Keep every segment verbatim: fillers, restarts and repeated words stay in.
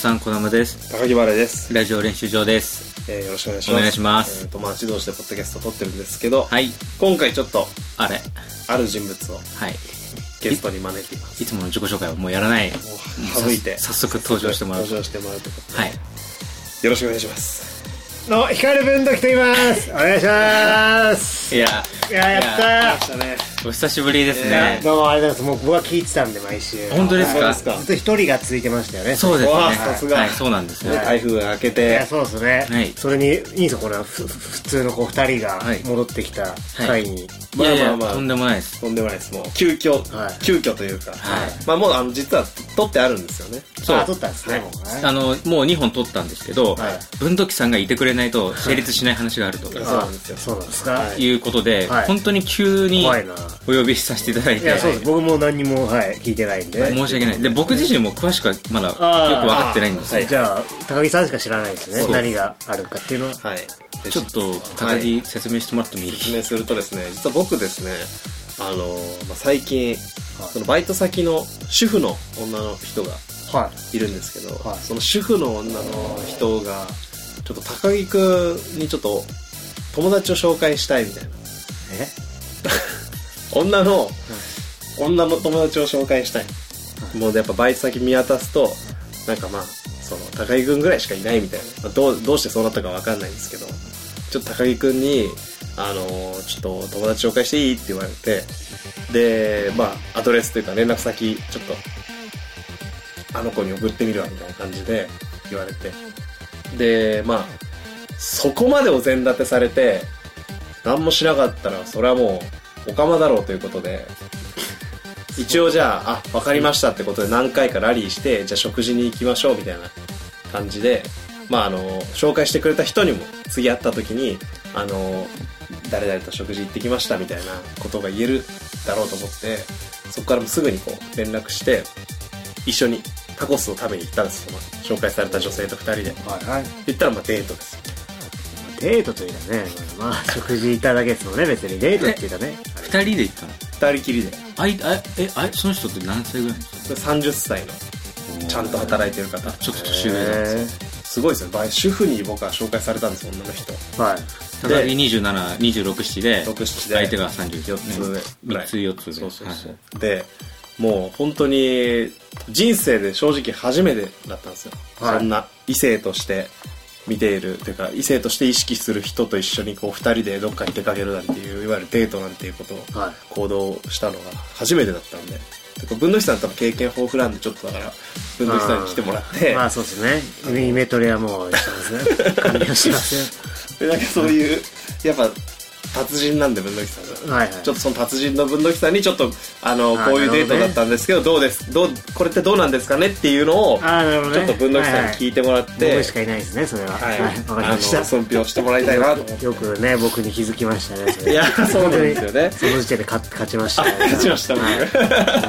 さん、小玉です。 高木原です。 ラジオ練習場です。 えー、よろしくお願いします。 お願いします。 えー、友達同士でポッドキャスト撮ってるんですけど、 はい。 今回ちょっとあれある人物をはいゲストに招いています。 い, いつもの自己紹介はもうやらない。もう省いて早速登場してもらう。 登場してもらうということで、 はい。 よろしくお願いします。 の光文土器と言います。お願いします。 いやいややったー。 ね、 お久しぶりですね。 どうもありがとうございます。もう僕は聞いてたんで毎週。 本当ですか。 ずっと一人が続いてましたよね。 そうですね。 さすが。 はい、そうなんですね。 台風が明けて。 いやそうですね。 はい。 それにいいんですよこれはふ普通のこう二人が戻ってきた回に。 いやいやとんでもないです。 とんでもないです。もう急遽急遽というか。はい。まあもうあの実は撮ってあるんですよね。 そう撮ったんですね。 あのもうにほん撮ったんですけど、文土器さんがいてくれないと成立しない話があると。 そうなんですよ。 そうなんですか。 いうことで本当に急にお呼びさせていただいて。 いやそうです。僕も何にもはい聞いてないんで。 申し訳ない。で僕自身も詳しくはまだよく分かってないんです。 じゃあ高木さんしか知らないですね。何があるかっていうのは。 はい。 ちょっと高木説明してもらってもいいですか。 説明するとですね、実は僕ですね、あのまあ、最近そのバイト先の主婦の女の人がいるんですけど、はい、その主婦の女の人がちょっと高木くんにちょっと友達を紹介したいみたいな。 え女の、うん、女の友達を紹介したい。はい、もうやっぱバイト先見渡すとなんかまあその高木くんぐらいしかいないみたいな、まあ、どうどうしてそうなったかわかんないんですけど、ちょっと高木くんにあのー、ちょっと友達紹介していいって言われて、でまあアドレスというか連絡先ちょっとあの子に送ってみるわみたいな感じで言われて、でまあそこまでお膳立てされて何もしなかったらそれはもうおかまだろうということで、一応じゃああ分かりましたってことで何回かラリーして、じゃあ食事に行きましょうみたいな感じで、まああの紹介してくれた人にも次会った時にあの誰々と食事行ってきましたみたいなことが言えるだろうと思って、そこからもすぐにこう連絡して一緒にタコスを食べに行ったんです。その紹介された女性とふたりで、はいはい、言ったらまあデートです。 デートというかね、まあ食事行っただけですもんね。別にデートっていうかね、 ふたりで行ったの。 ふたりきりで。 あいあえあその人って何歳ぐらいですか。 さんじゅっさいのちゃんと働いてる方。 ちょっと年上なんですよ。 すごいですよ。主婦に僕は紹介されたんです、女の人。 はい。 高木にじゅうなな、にじゅうろく、ななで、 ろく、ななで相手がさんじゅうよっつ上。 みっつよっつ上。 そうそうそう。はい、で、もう本当に人生で正直初めてだったんですよ。はい、そんな異性として見ているというか異性として意識する人と一緒にこうふたりでどっかに出かけるなんていういわゆるデートなんていうことを行動したのが初めてだったんで。文土器さんとの経験豊富なんでちょっとだから文土器さんに来てもらって、 まあそうですね、イメトレはもうしてますね。完了してますよ。 でなんかそういうやっぱ達人なんで文土器さんが、はいはい、ちょっとその達人の文土器さんにちょっとあのこういうデートだったんですけどどうですどうこれってどうなんですかねっていうのをあなるほど、ね、 ちょっと文土器さんに聞いてもらって、はいはい、 僕しかいないですねそれは。はい、 はい、分かりました。尊敬をしてもらいたいなと思って。 よくね僕に気づきましたね。それいやそうなんですよね。 その時点で勝勝ちました、ね。 勝ちました、はい、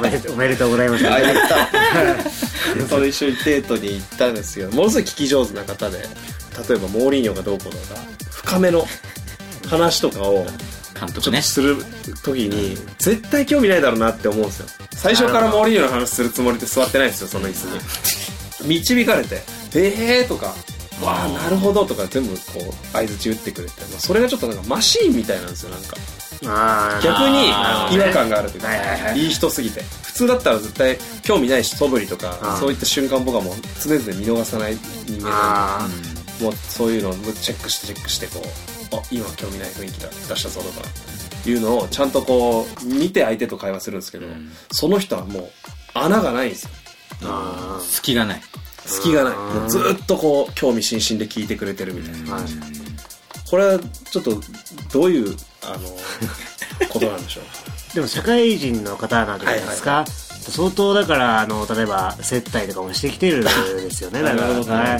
おめでおめでとうございます、ね。 あやったそれ一緒にデートに行ったんですよ。ものすごい聞き上手な方で、例えばモーリーニョがどうこうとか深めの話とかを監督ねする時に絶対興味ないだろうなって思うんですよ。最初からモーリーニョの話するつもりで座ってないんですよ、その椅子に。導かれてえーとかわあなるほどとか全部こう相槌打ってくれて、それがちょっとなんかマシーンみたいなんですよ。なんかあ逆に違和感があるというか、いい人すぎて普通だったら絶対興味ないし素振りとかそういった瞬間僕はもう常々見逃さない人間なんで、もうそういうのをチェックしてチェックしてこうあ今興味ない雰囲気だ出したぞとかいうのをちゃんとこう見て相手と会話するんですけど、うん、その人はもう穴がないんですよ。 あ隙がない隙がない。もうずっとこう興味津々で聞いてくれてるみたいな。これはちょっとどういうあのことなんでしょう。 でも社会人の方なんじゃないですか。はいはいはい、相当だからあの例えば接待とかもしてきてるんですよね。だから、はい、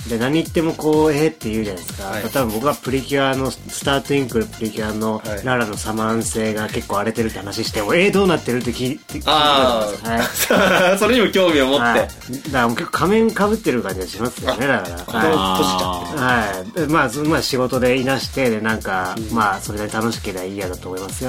で何言ってもこうえーって言うじゃないですか。はい、多分僕はプリキュアのスタートインクルプリキュアのララのサマン性が結構荒れてるって話しても、えーどうなってるって聞いて、 ああ、はい、それにも興味を持って、はい、だから結構仮面かぶってる感じがしますよね。だからここを閉じちゃって、 はい、まあまあ仕事でいなしてでなんか、うん、まあそれで楽しければいいやだと思いますよ。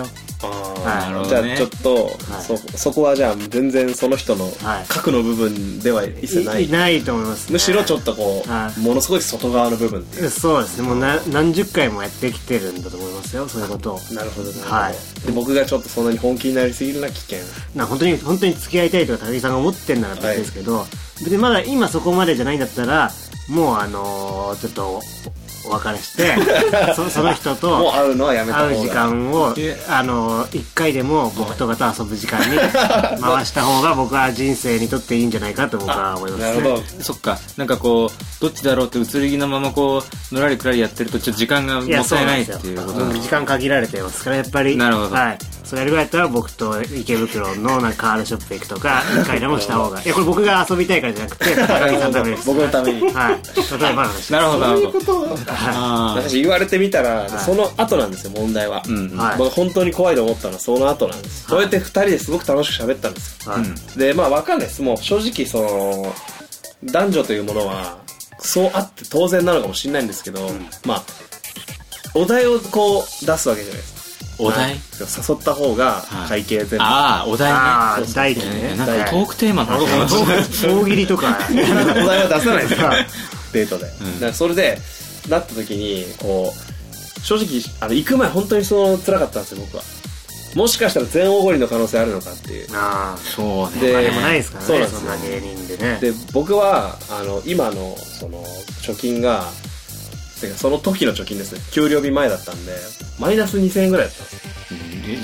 あ、 はい、 じゃあちょっと、はい、そ, そこはじゃあ全然その人の核の部分では一切ない、 い, いないと思います、ね、 むしろちょっとこう、はい、ものすごい外側の部分っていう。 そうですね、もうな何十回もやってきてるんだと思いますよ、そういうことを。 なるほどね、はい、で僕がちょっとそんなに本気になりすぎるのは危険な。 本当に本当に付き合いたいとか高木さんが思ってるなら別ですけど、はい、別にまだ今そこまでじゃないんだったらもうあのー、ちょっとお別れしてそ, その人ともう会うのはやめた方が会う時間をあの一回でも僕とかと遊ぶ時間に回した方が僕は人生にとっていいんじゃないかと僕は思いますね。 なるほど。 そっか、なんかこうどっちだろうって移り気のままこうのらりくらりやってるとちょっと時間がもったいないっていうことなんです。 時間限られてますからやっぱり。 なるほど、 はい、それやるぐらいだったら僕と池袋のなんかカールショップ行くとか一回でもした方がいやこれ僕が遊びたいからじゃなくて高木さんのためです。 僕のために、 はい、例えばの話。 なるほどなるほど。 そういうことなんだ。私言われてみたら、はい、その後なんですよ問題は、うんうん、はい、僕本当に怖いと思ったのはその後なんです、はい、こうやってふたりですごく楽しく喋ったんですよ、はい、でまあ分かんないです。もう正直その男女というものはそうあって当然なのかもしれないんですけど、うん、まあお題をこう出すわけじゃないですか。 お題、 誘った方が会計全部、 はい、ああお題ね。 ああ代金ね。 なんかトークテーマなのかな。 大喜利とかお題は出さないですかデートで、うん、だからそれでなった時にこう正直あの行く前本当にその辛かったんですよ僕は。もしかしたら全おごりの可能性あるのかっていう。 ああそうね。 で、 まあ、でもないですからね。 そうなんですよ。 そんな芸人でね。 で僕はあの今のその貯金がその時の貯金ですね、給料日前だったんでマイナスにせんえんぐらいだったんです。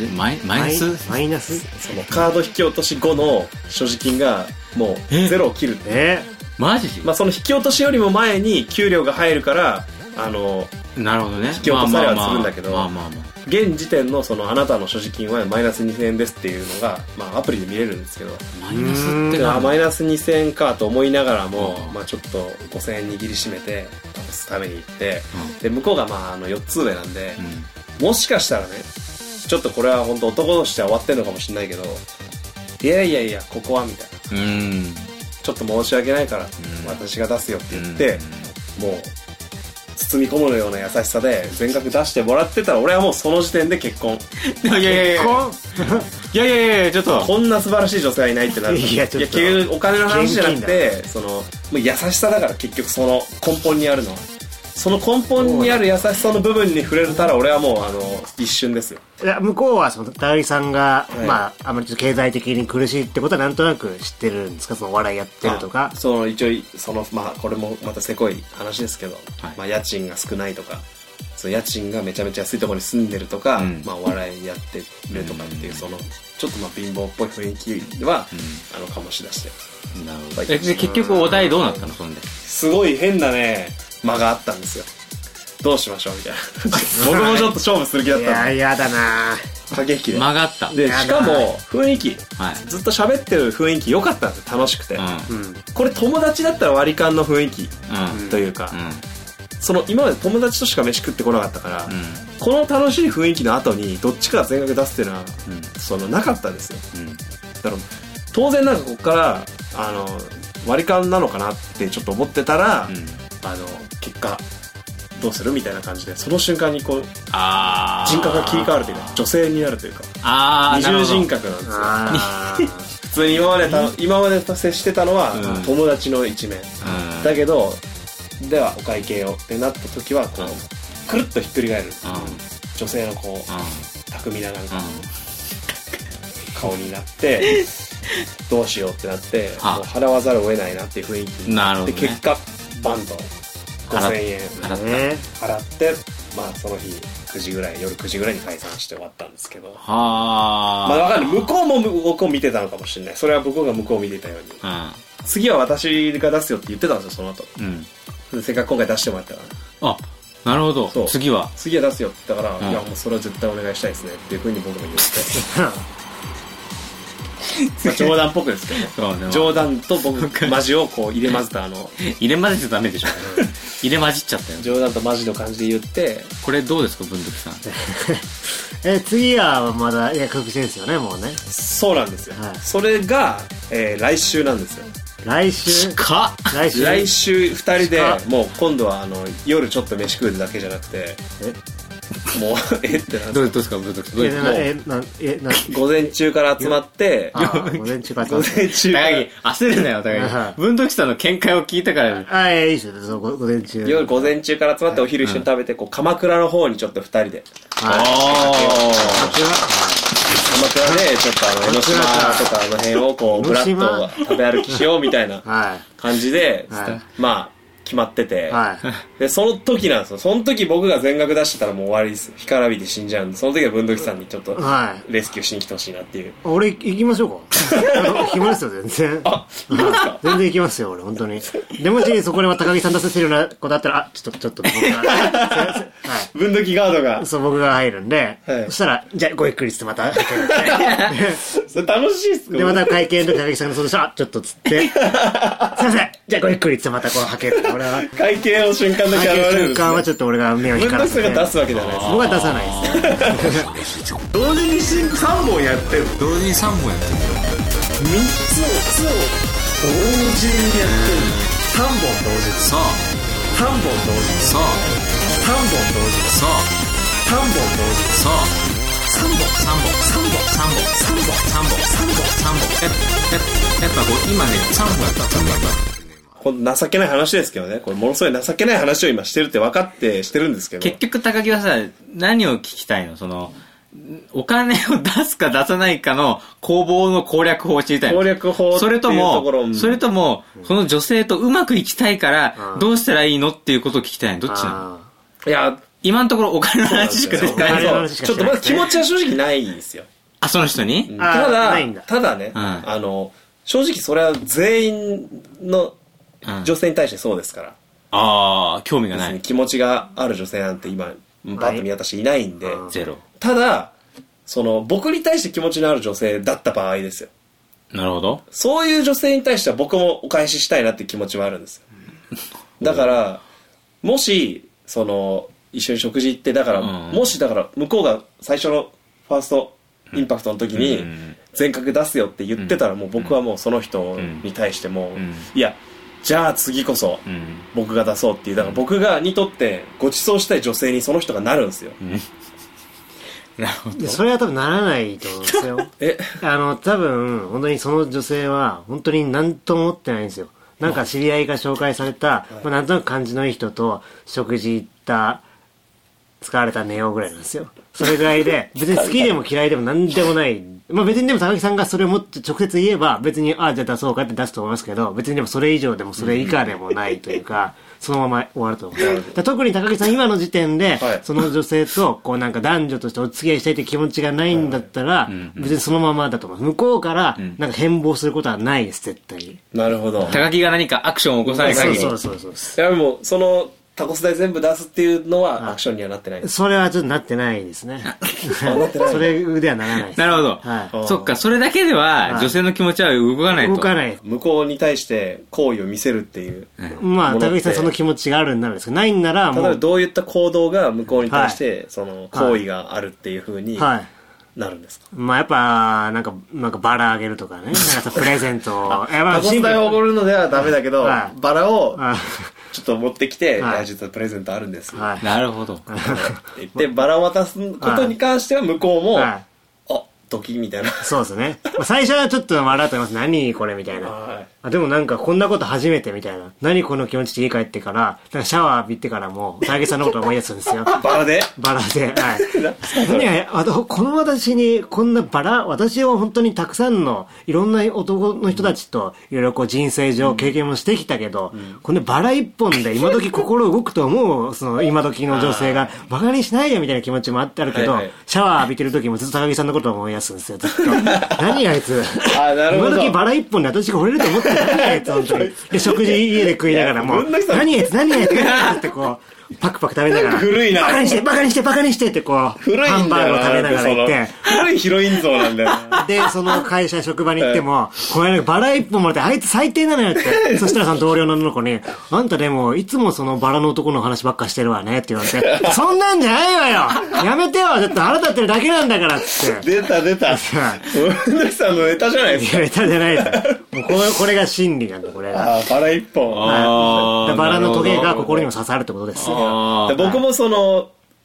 えマイマイナスマイナスそのカード引き落とし後の所持金がもうゼロを切るって。 えマジ？ まあその引き落としよりも前に給料が入るからあのなるほどね、 引き落とされはするんだけど、 まあまあまあまあ現時点のそのあなたの所持金はマイナスにせんえんですっていうのが、まあ、アプリで見れるんですけど、 マイナスってあマイナスにせんえんかと思いながらも、まあ、ちょっとごせんえん握りしめて渡すために行って、うん、で向こうがまああのよっつ上なんで、うん、もしかしたらねちょっとこれは本当男としては終わってんのかもしれないけど、いやいやいやここはみたいな、うん、ちょっと申し訳ないから、うん、私が出すよって言って、うん、もう包み込むような優しさで全額出してもらってたら俺はもうその時点で結婚。 いやいやいやいやいやいやいやちょっとこんな素晴らしい女性はいないってなる。 いやちょっといや結局お金の話じゃなくてそのもう優しさだから結局その根本にあるのはその根本にある優しさの部分に触れたら俺はもうあの一瞬ですよ。 いや向こうはその高木さんが、はい、まああまりちょっと経済的に苦しいってことはなんとなく知ってるんですか、そのお笑いやってるとか。 その一応そのまあこれもまたせこい話ですけど、はい、まあ家賃が少ないとかその家賃がめちゃめちゃ安いところに住んでるとか、うん、まあお笑いやってるとかっていう、うん、そのちょっとまあ貧乏っぽい雰囲気では、うん、あの醸し出して。 なるほど。え結局お題どうなったのそんで。 すごい変なね間があったんですよ。どうしましょうみたいな僕もちょっと勝負する気だったんで。いややだな駆け引きで間があった。 でしかも雰囲気、はい、ずっと喋ってる雰囲気良かったんですよ。楽しくて、うん、これ友達だったら割り勘の雰囲気というか、うんうん、その今まで友達としか飯食ってこなかったから、うん、この楽しい雰囲気の後にどっちかが全額出すっていうのは、うん、そのなかったんですよ、うん、だから当然なんかここからあの割り勘なのかなってちょっと思ってたら、うん、あの結果どうするみたいな感じでその瞬間にこうあ人格が切り替わるというか女性になるというかあ二重人格なんですよ普通に今までた今までと接してたのは、うん、友達の一面、うん、だけどではお会計をってなった時はこう、うん、くるっとひっくり返る、うん、女性のこう、うん、巧みななんか、うん、顔になってどうしようってなってもう払わざるを得ないなっていう雰囲気になって、ね、結果バンとごせんえん払って、払ってまあその日くじぐらい夜くじぐらいに解散して終わったんですけど、はあまあ分かんない向こうも向こう見てたのかもしれない。それは向こうが向こうを見てたように、うん、次は私が出すよって言ってたんですよその後、うん、せっかく今回出してもらったから、 あなるほどそう次は次は出すよって言ったから、うん、いやもうそれは絶対お願いしたいですねっていう風に僕も言ってまあ冗談っぽくですけどね冗談と僕マジをこう入れ混ぜたあの入れ混ぜちゃダメでしょ入れ混じっちゃったよ。 冗談とマジの感じで言ってこれどうですか文徳さんえ次はまだいや確定ですよねもうね。 そうなんですよ、はい、それが、えー、来週なんですよ。 来週か来週来週ふたりでもう今度はあの夜ちょっと飯食うだけじゃなくてえもうえってなってどうどうですか文徳さんどうえですかえなえな午前中から集まってあ午前中から午前中から高木焦るなよ高木文徳さんの見解を聞いたからあいいですよそう午前中夜午前中から集まってお昼一緒に食べてこう鎌倉の方にちょっと二人ではい鎌倉でちょっとあの江ノ島とかあの辺をこうブラッと食べ歩きしようみたいなはい感じで、 はいまあ決まってて、 はいでその時なんですよ。その時僕が全額出してたらもう終わりです。干からびて死んじゃうんで、その時は文時さんにちょっとはいレスキューしに来てほしいなっていう。 俺行きましょうかあの暇ですよ全然あ、いいですか？ 全然行きますよ俺本当にでもしそこで高木さん出させるようなことあったらあちょっとちょっと僕がはい文時ガードが。 そう僕が入るんで、 はいそしたらじゃあごゆっくりっつってまたそれ楽しいっすか？ でまた会見で高木さんのそうしたらあちょっとつってすいませんじゃあごゆっくりっつってまたこうはける俺は会見の瞬間だけ現れるんです、ね、 瞬間はちょっと俺が目を光らせて文時さんが出すわけじゃないです。 僕は出さないですよ同時にさんぼんやってる。 同時にさんぼんやってるみっつを同時にやってる。さんぼん同時。 そうさんぼん同時。 そうさんぼん同時。 そうさんぼん同時。 そうさんぼんさんぼんさんぼんさんぼんさんぼんさんぼんさんぼんさんぼんやっやっぱこう今ねさんぼんやったさんぼんやったこの情けない話ですけどね。これものすごい情けない話を今してるって分かってしてるんですけど。 結局高木はさ何を聞きたいのそのお金を出すか出さないかの攻防の攻略法を知りたいの攻略法っていうそれともところそれともその女性とうまくいきたいからどうしたらいいのっていうことを聞きたいのどっちなのいや今のところお金の話しか出てないそうちょっとまだ気持ちは正直ないんですよ。 あその人に、 うんあただないんだただね、 うんあの正直それは全員の女性に対してそうですから、 ああ興味が別にない気持ちがある女性なんて今バッと見渡していないんで、 ゼロただその僕に対して気持ちのある女性だった場合ですよ。 なるほどそういう女性に対しては僕もお返ししたいなっていう気持ちはあるんですよ。だからもしその一緒に食事行ってだから、 うんもしだから向こうが最初のファーストインパクトの時に全額出すよって言ってたらもう僕はもうその人に対しても、 うんいやじゃあ次こそうん僕が出そうっていうだから僕がにとってご馳走したい女性にその人がなるんですよ。 なるほどでそれは多分ならないと思うんですよえあの多分本当にその女性は本当に何とも思ってないんですよ。なんか知り合いが紹介された、まあ、なんとなく感じのいい人と食事行った使われた寝ようぐらいなんですよ。それぐらいで別に好きでも嫌いでも何でもないまあ別にでも高木さんがそれをもっと直接言えば別にああじゃあ出そうかって出すと思いますけど別にでもそれ以上でもそれ以下でもないというかそのまま終わると思う。だ特に高木さん今の時点で、 はい、 その女性とこうなんか男女としてお付き合いしたいという気持ちがないんだったら、別にそのままだと思います。向こうからなんか変貌することはないです絶対に。 なるほど。 高木が何かアクションを起こさない限りそうそうそうそう。 いやもうそのタコス代全部出すっていうのはアクションにはなってないです。 それはちょっとなってないですね。それではならないです。 なるほど、 はい、 そっかそれだけでは女性の気持ちは動かないと動かない。 向こうに対して好意を見せるっていう、 うん、まあ高木さんその気持ちがあるんならですけどないんならもう例えばどういった行動が向こうに対して、はい、その好意があるっていう風になるんですか。 まあやっぱなんかなんかバラあげるとかねなんかさプレゼントをタコス代をおごるのではダメだけど、はい、バラをちょっと持ってきて、はい、実はプレゼントあるんです、 はい、なるほどって言ってバラを渡すことに関しては向こうも、はい、あドキみたいなそうですね、まあ、最初はちょっと笑うと思います何これみたいな、はい、あでもなんかこんなこと初めてみたいな何この気持ちで家帰ってからなんかシャワー浴びてからも大木さんのこと思い出すんですよバラでバラではいねあとこの私にこんなバラ私を本当にたくさんのいろんな男の人たちといろいろこう人生上経験もしてきたけど、うん、このバラ一本で今時心動くと思うその今時の女性がバカにしないよみたいな気持ちもあってあるけど、はいはい、シャワー浴びてる時もずっと高木さんのことを思い出すんですよずっと何あいつあなるほど今時バラ一本で私が惚れると思って何あいつ本当にで食事家で食いながらもう何あいつ何あいつ何あいつってこうパクパク食べながら古いなバカにしてバカにしてバカにしてってこう古いんだよハンバーグを食べながら言って古いヒロイン像なんだよでその会社職場に行ってもこれバラ一本もらってあいつ最低なのよってそしたらその同僚の女の子にあんたでもいつもそのバラの男の話ばっかしてるわねって言われてそんなんじゃないわよやめてよだって腹立ってるだけなんだからって出た出た文崎さんのネタじゃないですか。 いやネタじゃないですもうこれこれが真理なんだこれがあバラ一本あバラのトゲが心にも刺さるってことですよ僕もその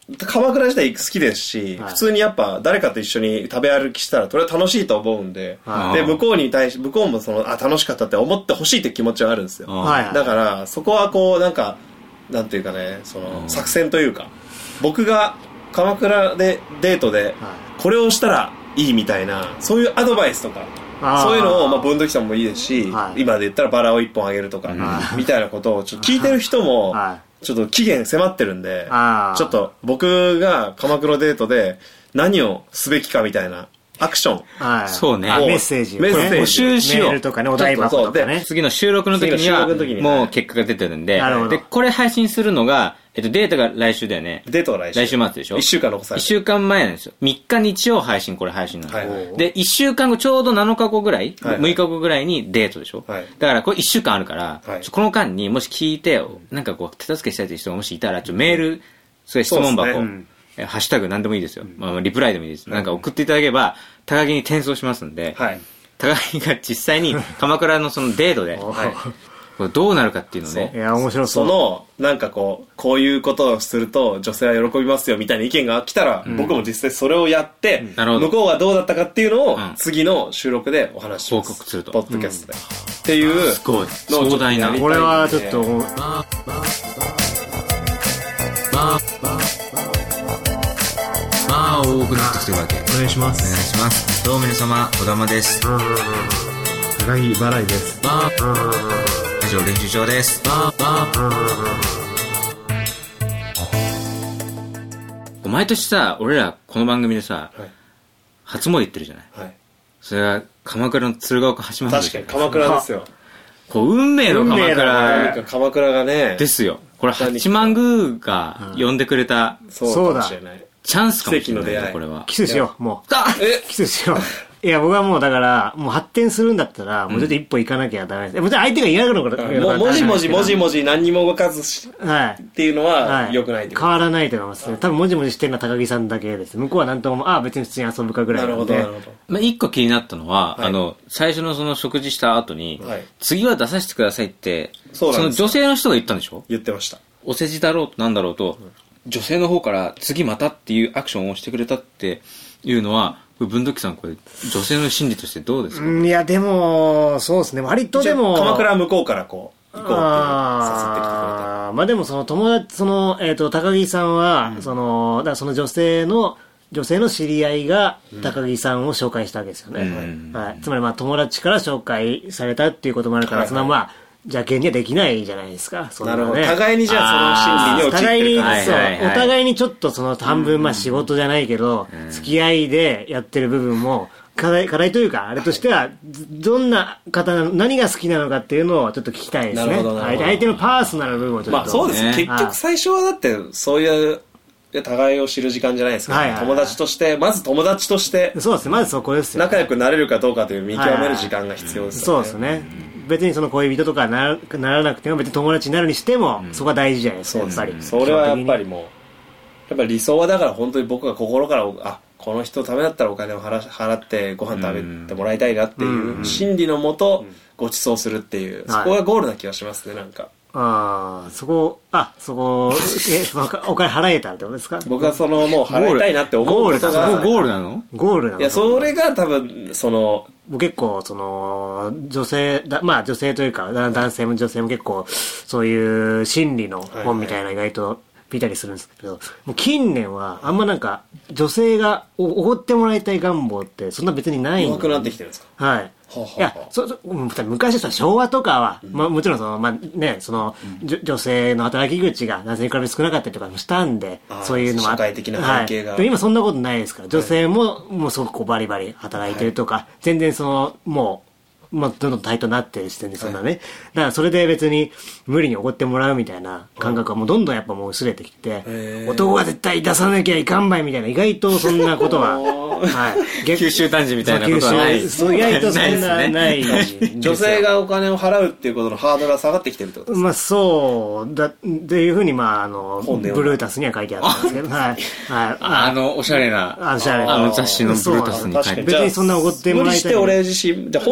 鎌倉自体好きですし、はい、普通にやっぱ誰かと一緒に食べ歩きしたらそれは楽しいと思うんで、はい、で向こうに対し向こうもそのあ楽しかったって思ってほしいって気持ちはあるんですよ、はい、だからそこはこうなんかなんていうかねその作戦というか、僕が鎌倉でデートでこれをしたらいいみたいなそういうアドバイスとかそういうのをまあ分度器さんもいいですし、はい、今で言ったらバラを一本あげるとか、はい、みたいなことをちょっと聞いてる人も、はいちょっと期限迫ってるんで、ちょっと僕が鎌倉デートで何をすべきかみたいなアクション。 そうね。 メッセージを、ね、 メッセージ募集しよう。 メールとかね、お題箱とかね。 次の収録の時にはもう結果が出てるんで、で、これ配信するのが、えっと、デートが来週だよね。 デートが来週。 来週末でしょ？ いっしゅうかん残されていっしゅうかんまえなんですよ。みっか日曜配信、これ配信なんですよ。はいはい、で、いっしゅうかんご、ちょうどなのかごぐらい、はいはい、むいかごぐらいにデートでしょ？はい、だから、これいっしゅうかんあるから、はい、この間にもし聞いて、なんかこう、手助けしたいという人がもしいたら、ちょメール、それ質問箱、ねうん、ハッシュタグなんでもいいですよ。まあ、リプライでもいいです。なんか送っていただければ、高木に転送しますんで、はい、高木が実際に鎌倉のそのデートで、はいこれどうなるかっていうのね。 いや面白そう。 そのなんかこうこういうことをすると女性は喜びますよみたいな意見が来たら、うん、僕も実際それをやって、うん、向こうがどうだったかっていうのを、うん、次の収録でお話します。 報告すると。 ポッドキャストで、うん、っていうすごい壮大な。 これはちょっと。 まあ多くなってきてるわけ。 お願いします。 お願いします。どうも皆様小玉です。 高木払いです。 以上練習場です。毎年さ俺らこの番組でさ、はい、初詣行ってるじゃない、はい、それが鎌倉の鶴岡八幡宮。 確かに鎌倉ですよ。 こう運命の鎌倉鎌倉がねですよ。これ八幡宮が呼んでくれた、 うん、そうかもしれないチャンスかもしれないねこれは。 キスしようもう。えキスしよう。いや、僕はもうだから、もう発展するんだったら、もうちょっと一歩行かなきゃダメです。もちろん相手が嫌がるのから、もう文字文字文字文字何にも動かずし、はい、っていうのは良くないってこと。 変わらないと思いますね。多分文字文字してるのは高木さんだけです。向こうはなんとも、ああ別に普通に遊ぶかぐらいなんで。なるほど、なるほど。 まあ一個気になったのは、はい、あの、最初のその食事した後に、はい、次は出させてくださいって、その女性の人が言ったんでしょ？ 言ってました。 お世辞だろうとなんだろうと、うん、女性の方から次またっていうアクションをしてくれたっていうのは、文土器さんこれ女性の心理としてどうですか？ いやでもそうですね割とでも鎌倉は向こうからこう行こうっていう誘ってきてくれた。 まあでもその友達そのえっ、ー、と高木さんは、うん、そのだからその女性の女性の知り合いが高木さんを紹介したわけですよね、うんはい、つまりまあ友達から紹介されたっていうこともあるから、はいはい、そのまあ邪険にはできないじゃないですか。そんなね、 なるほど。互いにじゃあその心理に陥ってる互いに、そう、はいはいはい、お互いにちょっとその半分まあ仕事じゃないけど、うん、付き合いでやってる部分も課題、課題というか、あれとしては、どんな方なの、何が好きなのかっていうのをちょっと聞きたいですね。なるほどなるほど。相手のパーソナル部分をちょっと。 まあそうですね。結局最初はだってそういう、互いを知る時間じゃないですか、ねはいはいはい、友達としてまず友達としてそうですねまずそこですよ、ね、 仲良くなれるかどうかという見極める時間が必要ですよね、 はいはい、そうですね別にその恋人とかな ら, ならなくても別に友達になるにしても、うん、そこは大事じゃないですか、やっぱりそれはやっぱりもうやっぱり理想はだから本当に僕が心からあこの人のためだったらお金を 払, 払ってご飯食べてもらいたいなっていう心理のもとご馳走するっていう、うん、そこがゴールな気がしますねなんかああ、そこ、あ、そこ、え、お金払えたってことですか？ 僕はその、もう払いたいなって思うことが。 ゴールなの？ ゴールなの？ いや、それが多分、その、 結構、その、女性、だまあ女性というか、男性も女性も結構、そういう心理の本みたいな意外と見たりするんですけど、もう近年は、あんまなんか、女性がおごってもらいたい願望って、そんな別にないんで。 弱くなってきてるんですか？ はい。いやそそ昔は昭和とかは、うんまあ、もちろんその、まあね、その、うん、女性の働き口が男性に比べて少なかったりとかもしたんでそういうのも社会的な背景が、 はい、今そんなことないですから女性も、はい、もうすごくこうバリバリ働いてるとか、はい、全然そのもうまあ、どんどん対等になってる時点でそんなね、はい、だからそれで別に無理におごってもらうみたいな感覚はもうどんどんやっぱもう薄れてきて、男は絶対出さなきゃいかんばいみたいな意外とそんなことははい、九州男児みたいなことはないそう意外とそんなない女性がお金を払うっていうことのハードルが下がってきてるってことですか？ まあそうだっていうふうにまああのブルータスには書いてあったんですけどはい、はい、 あのおしゃれなあの雑誌のブルータスに書いて別にそんなおごってもらいたい無理して俺自身じゃ本当にただ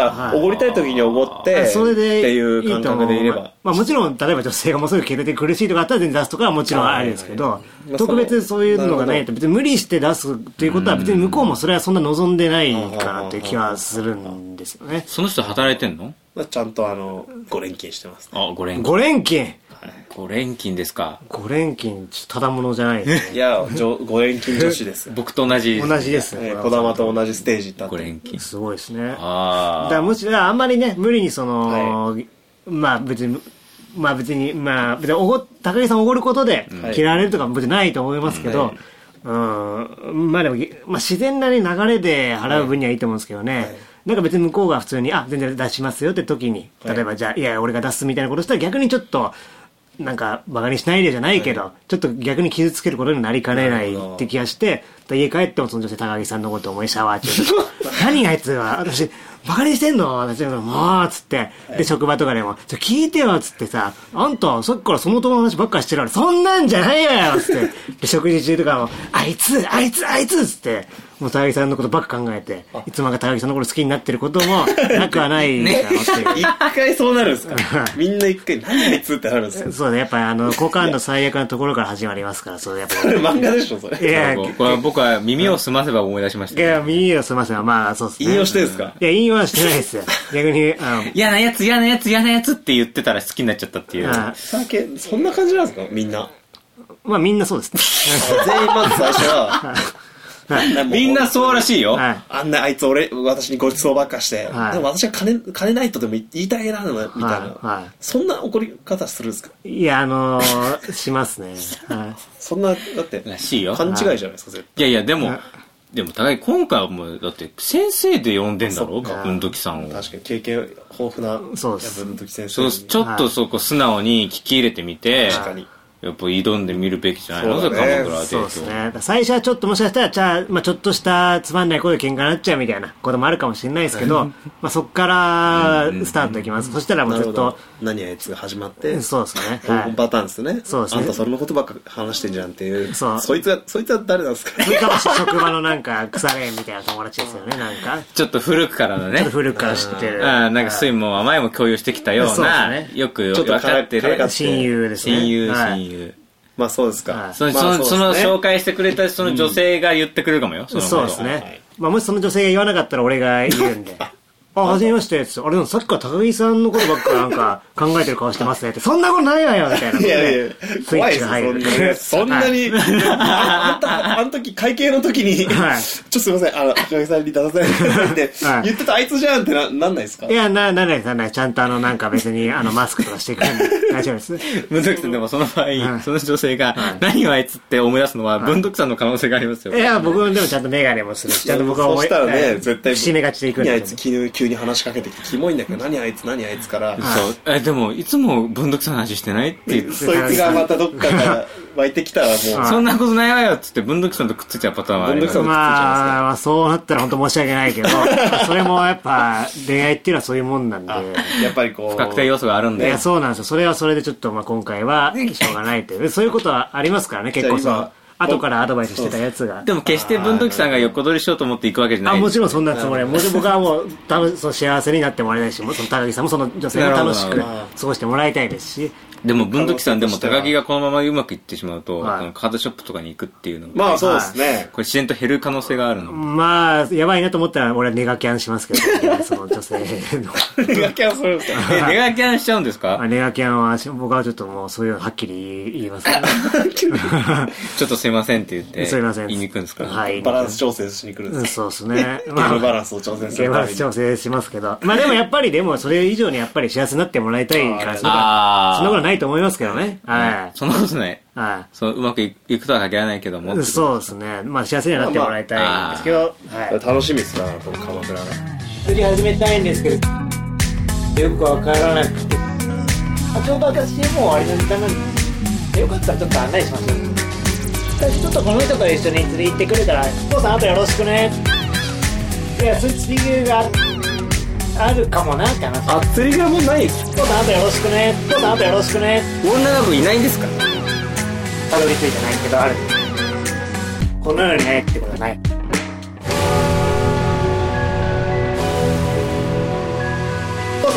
からおごりたい時におごってそれでっていう感覚でいれば、 まあもちろん例えば女性がもうすぐ消えて苦しいとかあったら全然出すとかはもちろんあるんですけど、特別そういうのがないと別に無理して出すっていうことは別に向こうもそれはそんな望んでないかなっていう気はするんですよね。 その人働いてんの？ ちゃんとあのご連勤してます、 ね、あ、ご連勤。 ご連勤。 ご連勤ですか。 ご連勤、ただものじゃないですね。 いや、ご連勤女子です。 僕と同じ。 同じですね。 児玉と同じステージ行った。 ご連勤。 すごいですね。 ああ。 だからむしろ、あんまりね、無理にその、はい、まあ別に、まあ別に、まあ別におご、高木さんおごることで嫌われるとかも別にないと思いますけど、はい、うん、まあでも、まあ自然な、ね、流れで払う分にはいいと思うんですけどね。はいはい、なんか別に向こうが普通に、あ、全然出しますよって時に、例えばじゃあ、いや、俺が出すみたいなことしたら逆にちょっと、なんか、馬鹿にしないでじゃないけど、はい、ちょっと逆に傷つけることになりかねないって気がして、家帰ってもその女性高木さんのことを思いシャワー中何あいつは、私、馬鹿にしてんの私はもう、つって、で、職場とかでも、ちょ、聞いてよ、つってさ、あんた、さっきからその友達ばっかりしてるから、そんなんじゃないわよ、つって、で、食事中とかも、あいつ、あいつ、あいつ、つって、もう高木さんのことばっか考えて、いつもが高木さんのこと好きになってることも、なくはないかなっていう。 一回そうなるんですか？みんな一回、何あいつってなるんですか？ そうね、やっぱりあの、好感度最悪なところから始まりますから、そうやっぱり。 漫画でしょ、それ。 いや、 これは僕は耳を澄ませば思い出しました、ね。 いや、耳を澄ませば、まあ、そうですね。 引用してるんですか？ いや、引用はしてないですよ。逆に、あの、 嫌なやつ、嫌なやつ、嫌なやつって言ってたら好きになっちゃったっていう。 酒、そんな感じなんですか？みんな。 まあ、みんなそうですね。 全員まず最初は、 みんなそうらしいよ。 はい、あんなあいつ俺、私にごちそうばっかして、はい、でも私は金、金ないとでも言いたいな、みたいな、はいはい。そんな怒り方するんですか？ いや、あのー、しますね。はい、 そんな、だって、 らしいよ。 勘違いじゃないですか、絶対。いやいや、でも、でも、高い、今回はもう、だって、先生で呼んでんだろ文時さんを。 確かに、経験豊富な、 そうです。 文時先生。 そう、ちょっとそこ素直に聞き入れてみて、 確かに。 やっぱ挑んでみるべきじゃないの？ そうだね。 そうですね。最初はちょっともしかしたら、じゃあ、まあちょっとしたつまんないことで喧嘩になっちゃうみたいなこともあるかもしれないですけど、まあそっからスタートいきます。そしたらもうずっと。 何あいつが始まって。 そうですね。 はい。パターンですね。 そうですね。 あんたそれのことばっか話してんじゃんっていう。 そう。 そいつは、そいつは誰なんですか？ そいつは職場のなんか腐れみたいな友達ですよね、なんか。 ちょっと古くからのね。 ちょっと古くから知ってる。 ああ、なんか酸いも甘いも共有してきたような、よく分かってる。 親友ですね。 親友、親友。 まあそうですか。 その、その、その紹介してくれたその女性が言ってくれるかもよ。 そうですね。まあもしその女性が言わなかったら俺が言うんで。あ、はじめましてって。あれでもさっきから高木さんのことばっかなんか考えてる顔してますねって。そんなことないわよみたいな。 いやいや、 スイッチが入る。 そんなに、あんた、あの時、会計の時に、ちょっとすいません、あの、高木さんに出させないでくださいって言ってたあいつじゃんってな、なんないですか？ いや、な、なんないです、なんない。ちゃんとあの、なんか別に、あの、マスクとかしてくるんで、大丈夫です。 文徳さんでもその場合、その女性が、何をあいつって思い出すのは、文徳さんの可能性がありますよ。 いや、僕でもちゃんとメガネもするし、ちゃんと僕は思い、そしたらね、絶対、 節目がちでいくんで。 あいつ急に話しかけてきて、キモいんだけど、何あいつ、何あいつから。 そう。え、でも、いつも文徳さんの話してないって言って。 そいつがまたどっかから湧いてきたらもう。 そんなことないわよっつって文徳さんとくっついちゃうパターンはあります。 まあ、まあ、そうなったら本当申し訳ないけど、それもやっぱ恋愛っていうのはそういうもんなんで。 やっぱりこう。 不確定要素があるんで。 いや、そうなんですよ。それはそれでちょっとまあ今回はしょうがないという。そういうことはありますからね、結構そう。後からアドバイスしてたやつが。 でも決して文時さんが横取りしようと思っていくわけじゃない。 あ、もちろんそんなつもりは。もちろん僕はもう、多分その幸せになってもらいたいし、その高木さんもその女性も楽しく過ごしてもらいたいですし。 でも文時さんでも高木がこのままうまくいってしまうと、はい、カードショップとかに行くっていうのまあそうですね。 これ自然と減る可能性があるの。 まあ、やばいなと思ったら俺はネガキャンしますけど、その女性の。 ネガキャンするんですか？ え、ネガキャンしちゃうんですか？ ネガキャンは、僕はちょっともうそういうのはっきり言います、ね。 ちょっとすいませんって言って。 すいません。 言いに行くんですか？ はい。 バランス調整しに来るんですか？ そうですね。 ゲームバランスを調整する。 ゲームバランス調整しますけど。まあでもやっぱりでもそれ以上にやっぱり幸せになってもらいたいから、そんなことないと思いますけどね。はい。 そんなことない。 はい。 そう、うまくいくとは限らないけども。 そうですね。まあ幸せになってもらいたいんですけど。 はい。楽しみですな、この鎌倉が。 釣り始めたいんですけど、よくわからなくて。ちょうど私もう終わりの時間なんで、よかったらちょっと案内しましょう。私ちょっとこの人と一緒に釣り行ってくるから、父さんあとよろしくね。いや、そういう釣り具があるかもなって話。 あ、釣り具もない。 父さんあとよろしくね。父さんあとよろしくね。 女の子いないんですか？ たどり着いてないけどある。このようにねってことはない。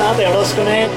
の後よろしくね。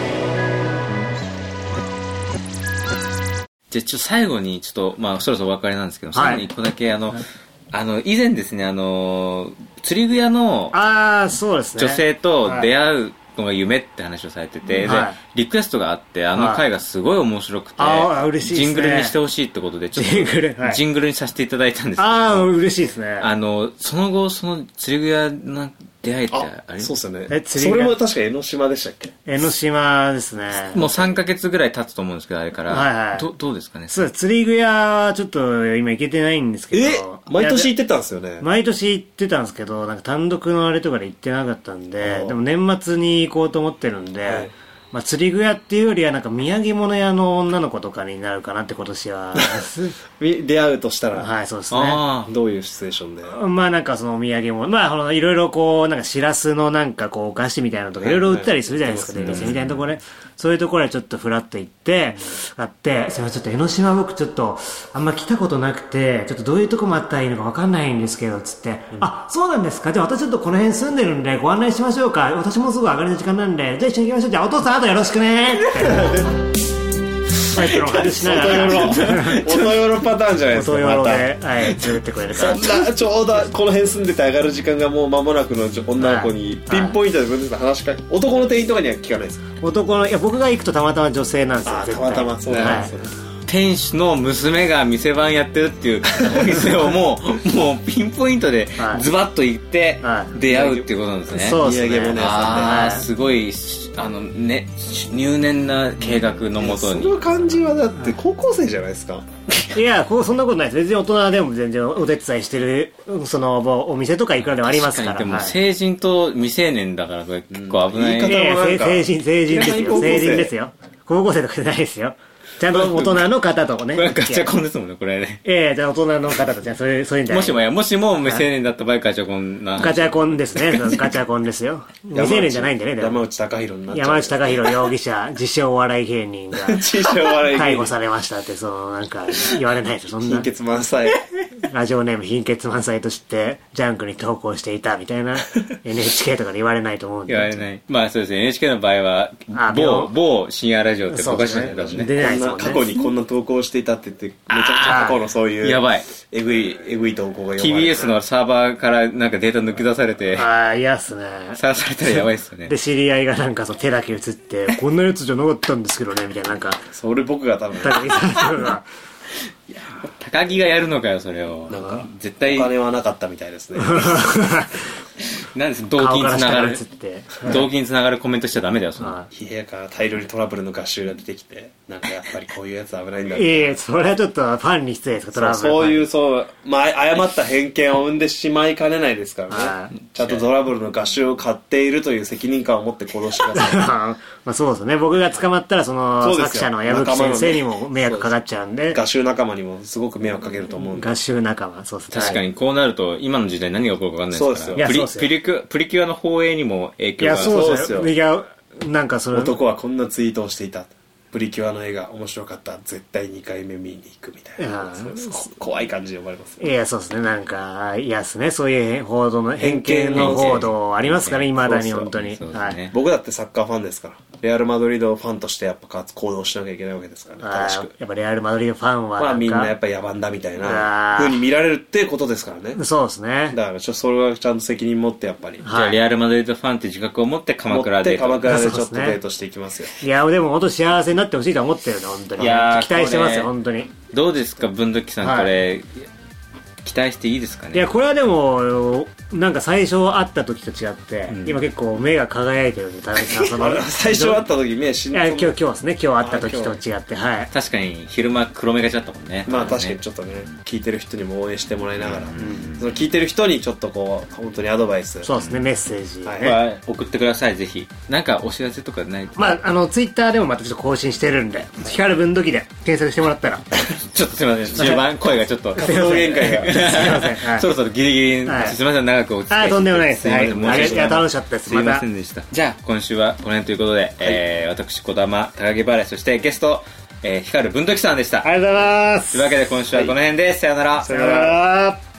じゃあちょっと最後にちょっとまあそろそろお別れなんですけど、最後に一個だけあの、はい、あの以前ですね、あの釣り具屋のああそうですね、 女性と出会うのが夢って話をされてて、はい、でリクエストがあって、あの回がすごい面白くて、 はい、嬉しいですね、 ジングルにしてほしいってことでちょっとジングル、はい、 ジングルにさせていただいたんですけど、 ああ嬉しいですね。 あのその後その釣り具屋の出会いってあれ、 そうですよね。 え釣りそれも確か江ノ島でしたっけ？ 江ノ島ですね。 もうさんかげつぐらい経つと思うんですけど、あれから、 はいはい、 ど, どうですかね。 そう釣り具屋はちょっと今行けてないんですけど、 え毎年行ってたんですよね。 毎年行ってたんですけど、なんか単独のあれとかで行ってなかったんで、でも年末に行こうと思ってるんで、はい、まあ、釣り具屋っていうよりはなんか土産物屋の女の子とかになるかなって今年は出会うとしたら、 はいそうですね。 どういうシチュエーションで、 まあなんかそのお土産物、まあいろいろこうなんかしらすのなんかこうお菓子みたいなのとかいろいろ売ったりするじゃないですか、出店みたいなところで、そういうところでちょっとフラッと行ってあって、すいませんちょっと江ノ島僕ちょっとあんま来たことなくて、ちょっとどういうとこもあったらいいのか分かんないんですけどつって、うん、あそうなんですか、じゃあ私ちょっとこの辺住んでるんでご案内しましょうか、私もすぐ上がりの時間なんでじゃあ一緒に行きましょう、じゃあお父さんあとよろしくねってサイクロン外しながら音よろパターンじゃないですか。 音よろで、はい、連れてってくれるから、 そんなちょうどこの辺住んでて上がる時間がもう間もなくの女の子にピンポイントで話しかけ、男の店員とかには聞かないですか？ 男の、いや僕が行くとたまたま女性なんですよ。 あたまたまそうなんですよ、はい、 店主の娘が店番やってるっていうお店をもうもうピンポイントでズバッと行って出会うっていうことなんですね。 そうですね。 土産物屋さんで、 あーすごいあの、ね、入念な計画のもとに、 その感じはだって高校生じゃないですか。 いやこうそんなことないです。全然大人でも全然お手伝いしてるそのお店とかいくらでもありますから。 でも成人と未成年だからこれ結構危ない、 うん、いやいや成人成人ですよ。成人ですよ。高校生とかじゃないですよ。ちゃんと大人の方とね。 これガチャコンですもんね、これね。 ええー、じゃあ大人の方と、じゃあそういう、そういうんじゃない。 もしもや、もしも未成年だった場合、ガチャコンな。 ガチャコンですね。ガチャコンですよ。未成年じゃないんでね。 山内貴弘になっちゃう。 山内貴弘容疑者、自称お笑い芸人が。 自称お笑い芸人。 逮捕されましたって、その、なんか、言われないですよ、そんな。 貧血満載。 ラジオネーム貧血満載として、ジャンクに投稿していたみたいな、エヌエイチケー とかで言われないと思うんで。 言われない。まあそうですね、エヌエイチケー の場合は、某、某深夜ラジオっておかしいですね。 出ないですもんね。 過去にこんな投稿していたって言って、めちゃくちゃ過去のそういう、 やばい。 えぐい、えぐい投稿がティービーエス のサーバーからなんかデータ抜き出されて、 ああ、嫌っすね。 さらされたらやばいっすよね。 で、知り合いがなんかそう手だけ映って、こんなやつじゃなかったんですけどね、みたいな、なんか。 それ僕が多分。 高木さんが。 いや、高木がやるのかよ、それを。 なんか、 絶対。 お金はなかったみたいですね。 なんです動機につながる動機につながるコメントしちゃダメだよ、その部屋から大量にトラブルの合集が出てきて、なんかやっぱりこういうやつ危ないんだ。 いやいや、それはちょっとファンに失礼ですか、トラブル。 そういうそう、まあ、誤った偏見を生んでしまいかねないですからね。ちゃんとトラブルの合集を買っているという責任感を持って行動してください。 まあそうですね。僕が捕まったらその作者の矢吹先生にも迷惑かかっちゃうんで、 合集仲間にもすごく迷惑かけると思うんで。 合集仲間、そうですね。 確かにこうなると今の時代何が起こるか分かんないですから。 そうですよ。 プリキュアプリキュアの放映にも影響が。 いや、そうですよ。いや、なんかそれ。 男はこんなツイートをしていた。プリキュアの映画面白かった。絶対にかいめ見に行くみたいな。怖い感じで呼ばれます、 ね。いや、そうですね。なんか、いやですね。そういう報道の、偏見の報道ありますからね、未だに本当に。はい。 僕だってサッカーファンですから。レアル・マドリードファンとしてやっぱ行動しなきゃいけないわけですからね。正しく。 やっぱレアル・マドリードファンは。 まあみんなやっぱ野蛮だみたいな風に見られるってことですからね。 そうですね。 だからちょっとそれはちゃんと責任持ってやっぱり。 じゃあレアル・マドリードファンって自覚を持って鎌倉で。 鎌倉でちょっとデートしていきますよ。 いや、でも本当幸せになってほしいと思ってるね、本当に。いや、期待してますよ、本当に。 どうですか、文土器さん、これ。期待していいですかね。 いや、これはでもなんか最初会った時と違って、うん、今結構目が輝いてるんで、高木さんその最初会った時目死んでいや今日今日ですね、今日会った時と違って、はい。 確かに昼間黒目がちだったもんね。 まあ確かにちょっとね、聞いてる人にも応援してもらいながら、うん、その聞いてる人にちょっとこう本当にアドバイス、 そうですね、メッセージ、 ね、はい、送ってください、ぜひ。なんかお知らせとかない？ まああのツイッターでもまたちょっと更新してるんで、光文土器で検索してもらったらちょっとすいません、終盤声がちょっと表現会がすいません、はい、 そろそろギリギリ、はい、すみません、長くお付き合いして。 あ、とんでもないです。はい、いや、楽しかったです。 すみませんでした。じゃあ、今週はこの辺ということで、はい、えー、私、児玉、高木原、そしてゲスト、えー、光文土器さんでした。 ありがとうございます。 というわけで、今週はこの辺です。はい、さよなら。 さよなら。